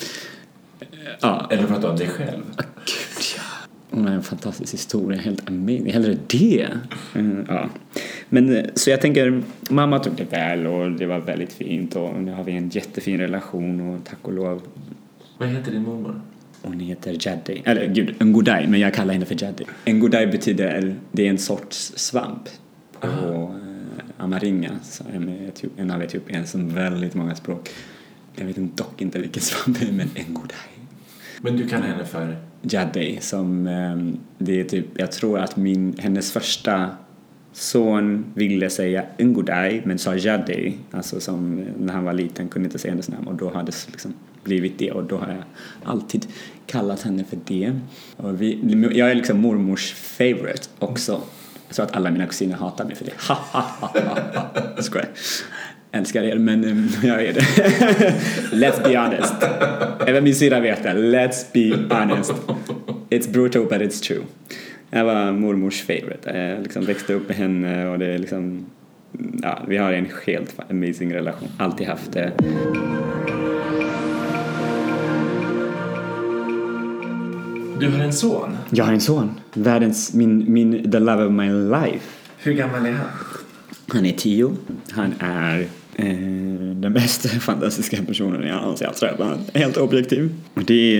eller prata om dig själv. Gud, ja. Hon har en fantastisk historia, helt amazing. Hellre det. Ja. Men så jag tänker, mamma tog det väl och det var väldigt fint och nu har vi en jättefin relation och tack och lov. Vad heter din mormor? Hon heter Jaddi. Eller Nguday, men jag kallar henne för Jaddi. Nguday betyder, det är en sorts svamp. Och amaringa, så en av Etiopien som väldigt många språk. Jag vet dock inte vilken svamp det är, men Nguday. Men du kallar henne för? Jaddi, som det är typ, jag tror att hennes första son ville säga Nguday men sa Jaddi, alltså som när han var liten kunde inte säga hennes namn, och då hade det blivit det, och då har jag alltid kallat henne för det. Och jag är mormors favorite också. Jag tror att alla mina kusiner hatar mig för det. Skojar. Älskar er, men jag är det. Let's be honest. Även min syra vet det. Let's be honest. It's brutal but it's true. Jag var mormors favorite. Jag växte upp med henne och det är vi har en helt amazing relation. Alltid haft det. Du har en son? Jag har en son. Min the love of my life. Hur gammal är han? Han är 10. Han är den mest fantastiska personen jag någonsin har träffat. Helt objektiv. Och det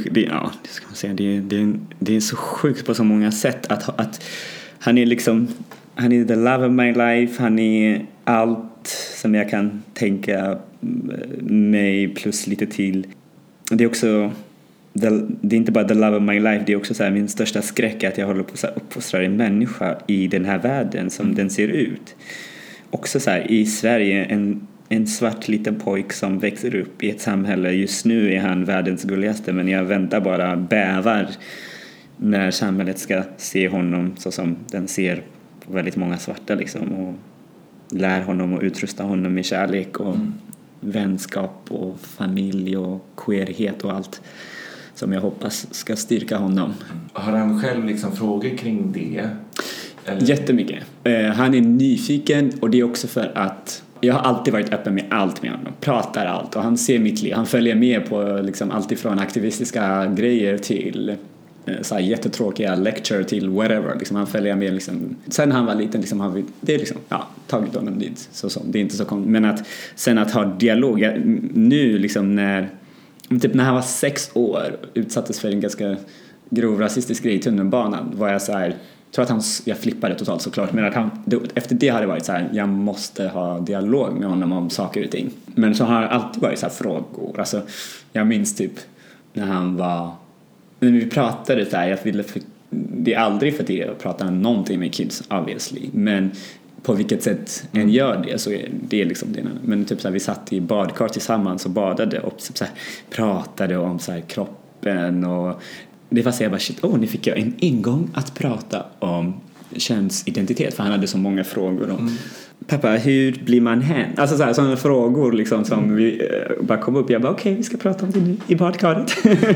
är så sjukt på så många sätt att han är han är the love of my life. Han är allt som jag kan tänka mig plus lite till. Det är också det är inte bara the love of my life, det är också min största skräck att jag håller på att uppfostra en människa i den här världen som den ser ut. Också i Sverige en svart liten pojk som växer upp i ett samhälle. Just nu är han världens gulligaste, men jag väntar bara bävar när samhället ska se honom så som den ser på väldigt många svarta och lär honom och utrusta honom med kärlek och vänskap och familj och queerhet och allt som jag hoppas ska styrka honom. Har han själv frågor kring det? Eller? Jättemycket. Han är nyfiken, och det är också för att jag har alltid varit öppen med allt med honom. Pratar allt, och han ser mitt liv. Han följer med på allt ifrån aktivistiska grejer till jättetråkiga lecture till whatever. Han följer med Sen han var liten har vi det tagit honom dit. Det är inte så konstigt. Men att ha dialog nu när han var 6 år utsattes för en ganska grov rasistisk grej i tunnelbanan, var jag tror att jag flippade totalt såklart, men att efter det hade det varit jag måste ha dialog med honom om saker och ting. Men så har det alltid varit frågor. Jag minns typ när vi pratade det är aldrig för det att prata någonting med kids obviously, men på vilket sätt en gör det, så är det det. Men typ vi satt i badkar tillsammans och badade och pratade om kroppen, och det var jag bara nu fick jag en ingång att prata om könsidentitet, för han hade så många frågor om pappa, hur blir man hen? Alltså så här, sådana frågor liksom som vi bara kom upp. Jag bara, okej, vi ska prata om det nu i badkaret.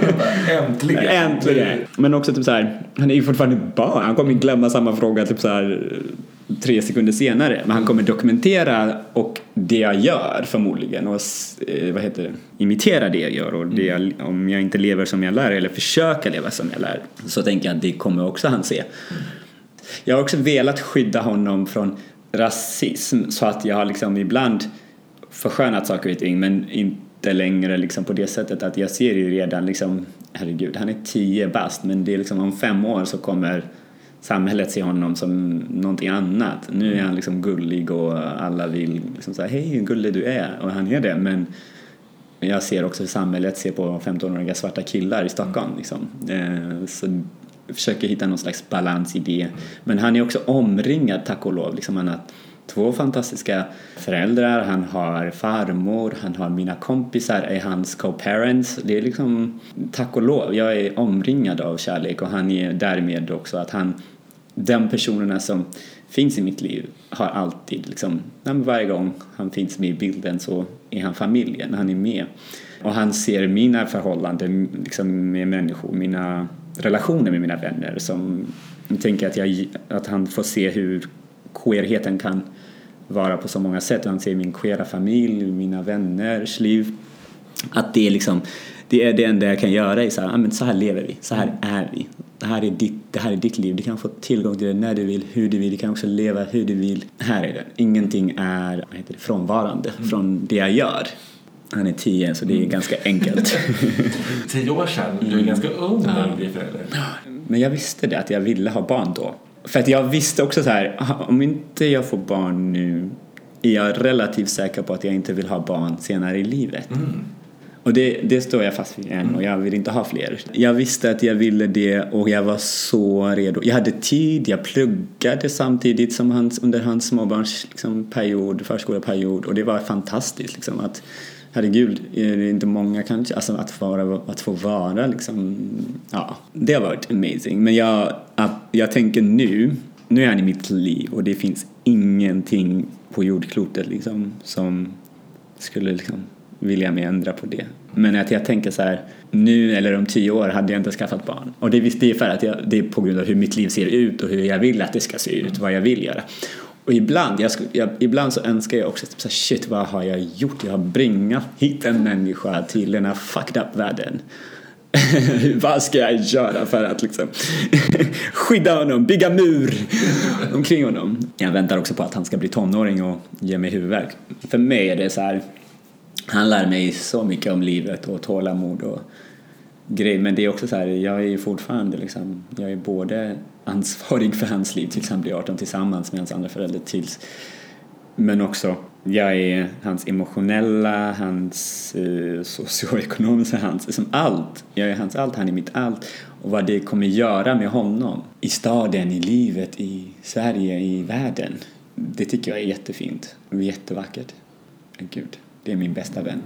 Äntligen. Men också typ så här, han är ju fortfarande barn. Han kommer glömma samma fråga typ så här 3 sekunder senare. Men han kommer dokumentera och det jag gör förmodligen. Och imitera det jag gör. Och det om jag inte lever som jag lär eller försöker leva som jag lär. Så tänker jag att det kommer också han se. Jag har också velat skydda honom från rasism. Så att jag har liksom ibland förskönat saker och ting. Men inte längre liksom på det sättet att jag ser ju redan liksom, herregud, han är 10 bast. Men det är liksom om 5 år så kommer samhället se honom som någonting annat. Nu är han liksom gullig och alla vill liksom säga, hej hur gullig du är. Och han är det, men jag ser också hur samhället ser på 15-åriga svarta killar i Stockholm liksom. Så jag försöker hitta någon slags balans i det. Men han är också omringad, tack och lov liksom. Han har 2 fantastiska föräldrar, han har farmor, han har mina kompisar, är hans co-parents. Det är liksom, tack och lov, jag är omringad av kärlek. Och han är därmed också att de personerna som finns i mitt liv har alltid liksom, varje gång han finns med i bilden så är han familjen, han är med. Och han ser mina förhållanden liksom med människor, mina relationer med mina vänner, som jag tänker att han får se hur queerheten kan vara på så många sätt. Han ser min queera familj, mina vänners liv, att det är liksom, det är det enda jag kan göra i så här, men så här lever vi, så här är vi. Det här är ditt liv. Du kan få tillgång till det när du vill, hur du vill. Du kan också leva hur du vill. Här är det. Ingenting är frånvarande från det jag gör. Han är 10, så det är ganska enkelt. 10 år sedan, du är ganska ung när du blir förälder. Men jag visste det, att jag ville ha barn då. För att jag visste också så här, om inte jag får barn nu är jag relativt säker på att jag inte vill ha barn senare i livet. Och det står jag fast vid än, och jag vill inte ha fler. Jag visste att jag ville det och jag var så redo. Jag hade tid, jag pluggade samtidigt som under hans småbarns liksom, förskoleperiod. Och det var fantastiskt liksom, att herregud, är det inte många kanske, alltså att få vara liksom, ja, det har varit amazing. Men jag tänker nu är han i mitt liv och det finns ingenting på jordklotet liksom som skulle liksom vilja mig ändra på det. Men att jag tänker så här, nu eller om 10 år hade jag inte skaffat barn. Och det är för att det är på grund av hur mitt liv ser ut och hur jag vill att det ska se ut, vad jag vill göra. Och ibland så önskar jag också typ så här, shit, vad har jag gjort? Jag har bringat hit en människa till den här fucked up världen. Vad ska jag göra för att liksom skydda honom, bygga mur omkring honom? Jag väntar också på att han ska bli tonåring och ge mig huvudvärk. För mig är det så här, han lär mig så mycket om livet och tålamod och grejer. Men det är också så här, jag är fortfarande liksom, jag är både ansvarig för hans liv tills han blir 18 tillsammans med hans andra förälder tills, men också jag är hans emotionella, hans socioekonomiska, hans liksom allt. Jag är hans allt, han är mitt allt. Och vad det kommer göra med honom i staden, i livet, i Sverige, i världen, det tycker jag är jättefint och jättevackert. Gud, det är min bästa vän.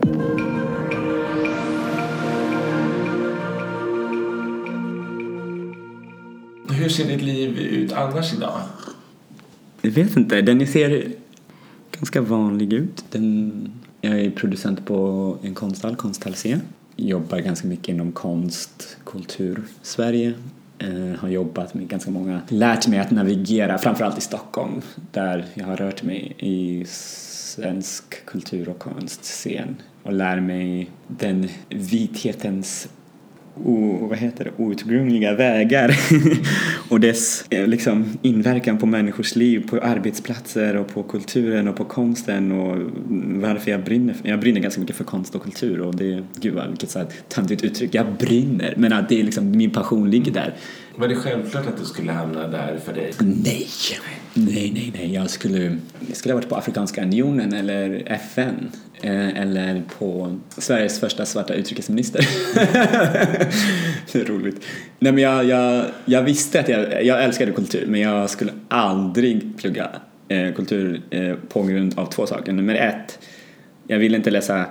Hur ser ditt liv ut annars idag? Jag vet inte, den ser ganska vanlig ut. Jag är producent på en konsthall, Konsthall C. Jobbar ganska mycket inom konst, kultur, Sverige. Har jobbat med ganska många, lärt mig att navigera, framförallt i Stockholm, där jag har rört mig i svensk kultur- och konstscen och lär mig den vithetens outgrundliga vägar och dess liksom inverkan på människors liv, på arbetsplatser och på kulturen och på konsten, och varför jag brinner ganska mycket för konst och kultur. Och det, gud vad, vilket så här töntigt uttryck, jag brinner, men att det är liksom, min passion ligger där. Var det självklart att du skulle hamna där för dig? Nej. Jag skulle ha varit på Afrikanska unionen eller FN eller på Sveriges första svarta utrikesminister. Det är roligt. Nej, men jag visste att jag älskade kultur, men jag skulle aldrig plugga kultur på grund av 2 saker. Nummer 1, jag ville inte läsa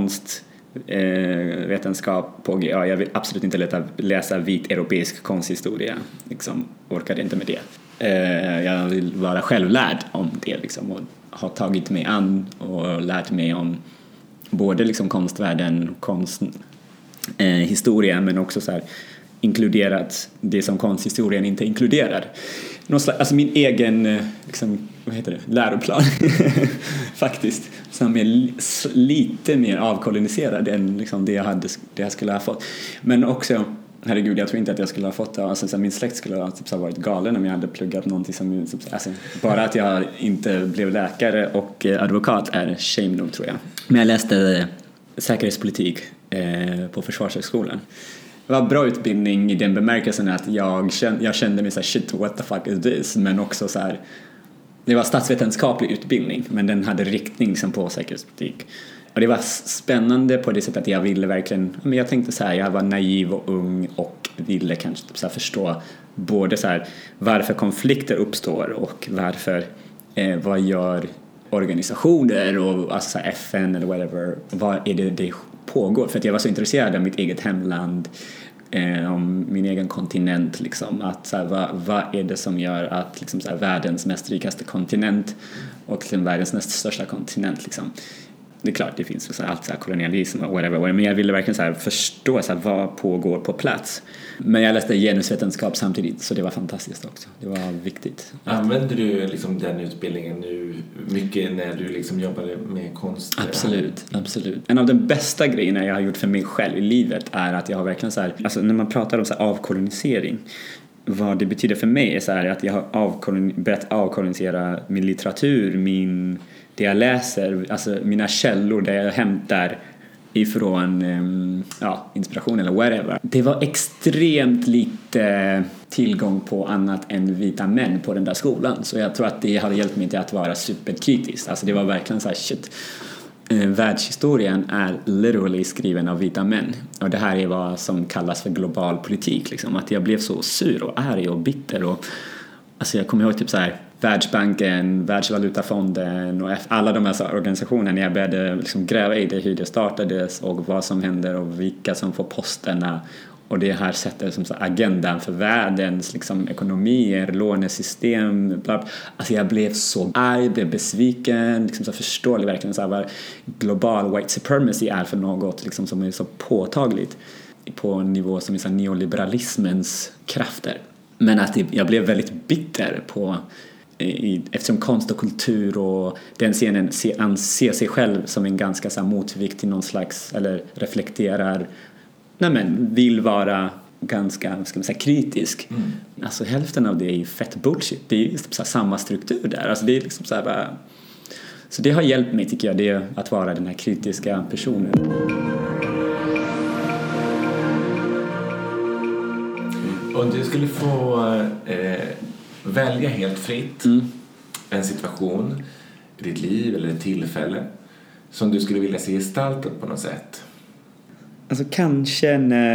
vetenskap på GA. Jag vill absolut inte läsa vit europeisk konsthistoria. Liksom, orkade inte med det. Jag vill vara självlärd om det liksom, och har tagit mig an och lärt mig om både liksom konstvärlden, historien, men också så här inkluderat det som konsthistorien inte inkluderar. Alltså min egen liksom, läroplan faktiskt, som är lite mer avkoloniserad än liksom det jag skulle ha fått. Men också, herregud, jag tror inte att jag skulle ha fått det. Alltså, min släkt skulle ha typ, varit galen om jag hade pluggat någonting som... Alltså, bara att jag inte blev läkare och advokat är shame nog, tror jag. Men jag läste säkerhetspolitik på Försvarshögskolan. Det var bra utbildning i den bemärkelsen att jag kände mig så här, shit, what the fuck is this? Men också så här, det var statsvetenskaplig utbildning, men den hade riktning liksom på säkerhetspolitik. Och det var spännande på det sättet att jag ville verkligen, men jag tänkte så här, jag var naiv och ung och ville kanske så här förstå både så här varför konflikter uppstår och varför, vad gör organisationer och alltså så här FN eller whatever, vad är det pågår, för att jag var så intresserad av mitt eget hemland, om min egen kontinent liksom, att så här, vad är det som gör att liksom, så här, världens mest rikaste kontinent och liksom, världens näst största kontinent liksom. Det är klart, det finns så här, allt så här, kolonialism och whatever, men jag ville verkligen så här, förstå så här, vad pågår på plats. Men jag läste genusvetenskap samtidigt, så det var fantastiskt också. Det var viktigt. Använder du liksom den utbildningen nu mycket när du liksom jobbar med konst? Absolut. En av de bästa grejerna jag har gjort för mig själv i livet är att jag har verkligen så här, alltså när man pratar om så här, avkolonisering, vad det betyder för mig är så här, att jag har börjat avkolonisera min litteratur, det jag läser, alltså mina källor där jag hämtar ifrån inspiration eller whatever. Det var extremt lite tillgång på annat än vita män på den där skolan, så jag tror att det hade hjälpt mig till att vara superkritisk. Alltså det var verkligen så här, shit, världshistorien är literally skriven av vita män, och det här är vad som kallas för global politik liksom. Att jag blev så sur och arg och bitter, och alltså jag kommer ihåg typ så här Världsbanken, Världsvalutafonden och alla de här organisationerna, jag började liksom gräva i det, hur det startades och vad som händer och vilka som får posterna, och det här sätter som så agendan för världens liksom ekonomier, lånesystem, bla bla. Alltså jag blev så arg, blev besviken, liksom så förståelig verkligen så här, vad global white supremacy är för något liksom, som är så påtagligt på en nivå som är så neoliberalismens krafter. Men att jag blev väldigt bitter på eftersom konst och kultur och den scenen anser sig själv som en ganska så här, motvikt till någon slags, eller reflekterar, vill vara ganska, ska man säga, kritisk. Alltså hälften av det är fett bullshit. Det är ju så här, samma struktur där. Alltså det är liksom så här, bara... Så det har hjälpt mig, tycker jag, det att vara den här kritiska personen. Om du skulle få välja helt fritt en situation i ditt liv eller ett tillfälle som du skulle vilja se gestaltat på något sätt. Alltså kanske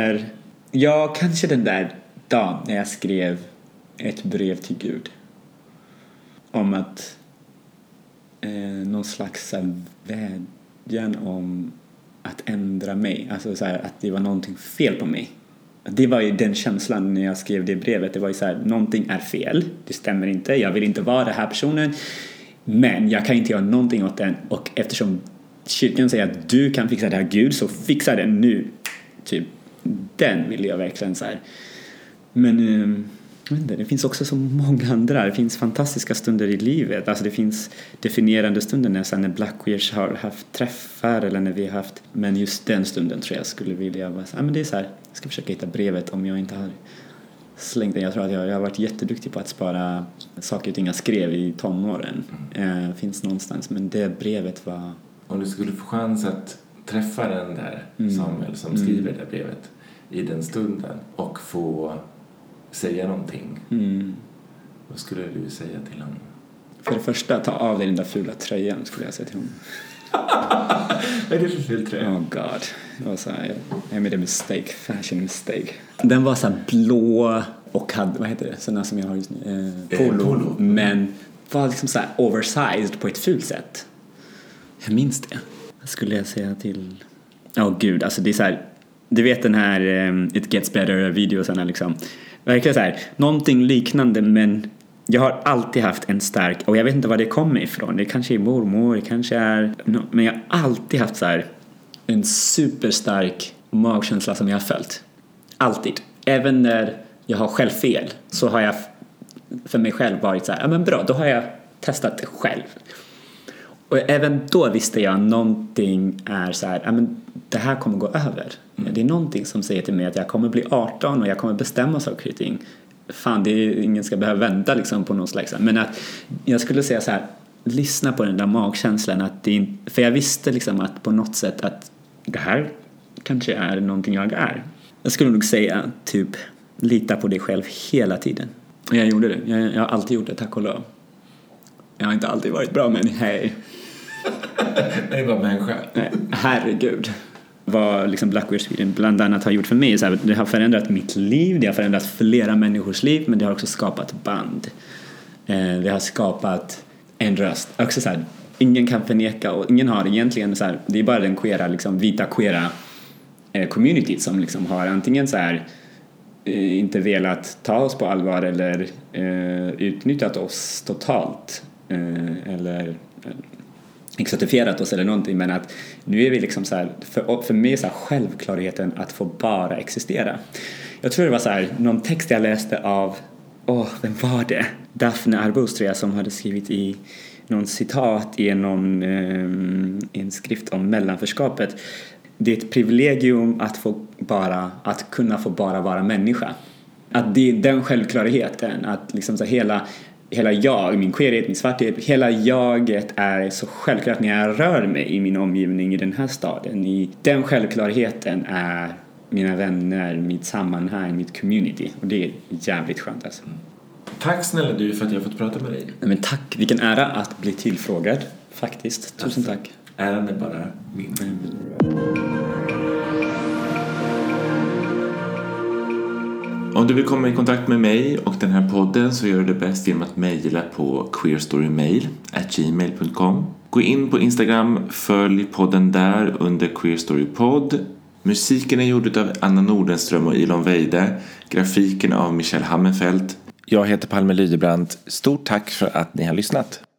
den där dagen när jag skrev ett brev till Gud om att någon slags vädjan om att ändra mig, alltså så här, att det var någonting fel på mig. Det var ju den känslan när jag skrev det brevet. Det var ju så här, någonting är fel, det stämmer inte, jag vill inte vara den här personen, men jag kan inte göra någonting åt den, och eftersom kyrkan säger att du kan fixa det här, Gud, så fixa den nu, typ. Den vill jag verkligen så här. Men det finns också så många andra. Det finns fantastiska stunder i livet. Alltså det finns definierande stunder när Black Queers har haft träffar, eller när vi har haft, men just den stunden tror jag skulle vilja vara så här, men det är så här, jag ska försöka hitta brevet om jag inte har slängt den. Jag tror att jag har varit jätteduktig på att spara saker och ting jag skrev i tonåren. Finns någonstans, men det brevet var... Om du skulle få chans att träffa den där Samuel som skriver det där brevet i den stunden och få säga någonting, vad skulle du säga till honom? För det första, ta av dig den där fula tröjan, skulle jag säga till honom. Vad är det för ful tröja? Oh god. Det var så här, jag made a mistake, fashion mistake. Den var så här blå och hade, vad heter det, sådana som jag har just nu, polo. Men var liksom så här oversized på ett fult sätt. Jag minns det. Vad skulle jag säga till... gud, alltså det är så här, du vet den här It Gets Better videosarna liksom. Verkligen så här, någonting liknande, men jag har alltid haft en stark, och jag vet inte var det kommer ifrån, det kanske är mormor, det kanske är, men jag har alltid haft så här en superstark magkänsla som jag har följt. Alltid. Även när jag har själv fel så har jag för mig själv varit så här, ja men bra, då har jag testat det själv. Och även då visste jag någonting är så här, ja men det här kommer gå över. Det är någonting som säger till mig att jag kommer bli 18 och jag kommer bestämma saker och ting. Fan, ingen ska behöva vänta liksom på någon slags. Men att jag skulle säga så här, lyssna på den där magkänslan. För jag visste liksom att på något sätt att det här kanske är någonting jag är. Jag skulle nog säga typ lita på dig själv hela tiden. Och jag gjorde det. Jag har alltid gjort det, tack och lov. Jag har inte alltid varit bra, men hej. Det var människa. Nej, herregud. Vad liksom Black Queer Sweden bland annat har gjort för mig. Så här, det har förändrat mitt liv, det har förändrat flera människors liv, men det har också skapat band. Det har skapat en röst. Också så här, ingen kan förneka och ingen har egentligen så här, det är bara den queera, liksom, vita queera community som liksom har antingen så här inte velat ta oss på allvar eller utnyttjat oss totalt eller exotifierat oss eller någonting, men att nu är vi liksom så här, för mig så här självklarheten att få bara existera. Jag tror det var så här någon text jag läste av vem var det? Daphne Arbustra som hade skrivit i någon citat i en skrift om mellanförskapet. Det är ett privilegium att kunna få bara vara människa. Att det är den självklarheten att liksom så hela jag, min queerhet, min svarthet, hela jaget är så självklart när jag rör mig i min omgivning i den här staden. I den självklarheten är mina vänner, mitt sammanhang, mitt community. Och det är jävligt skönt alltså. Tack snälla du för att jag har fått prata med dig. Men tack, vilken ära att bli tillfrågad faktiskt. Tusen tack. Äran är bara min. Om du vill komma i kontakt med mig och den här podden så gör du det bäst genom att mejla på queerstorymail@gmail.com. Gå in på Instagram, följ podden där under queerstorypod. Musiken är gjord av Anna Nordenström och Elon Weide. Grafiken av Michelle Hammenfeldt. Jag heter Palme Lydebrandt. Stort tack för att ni har lyssnat.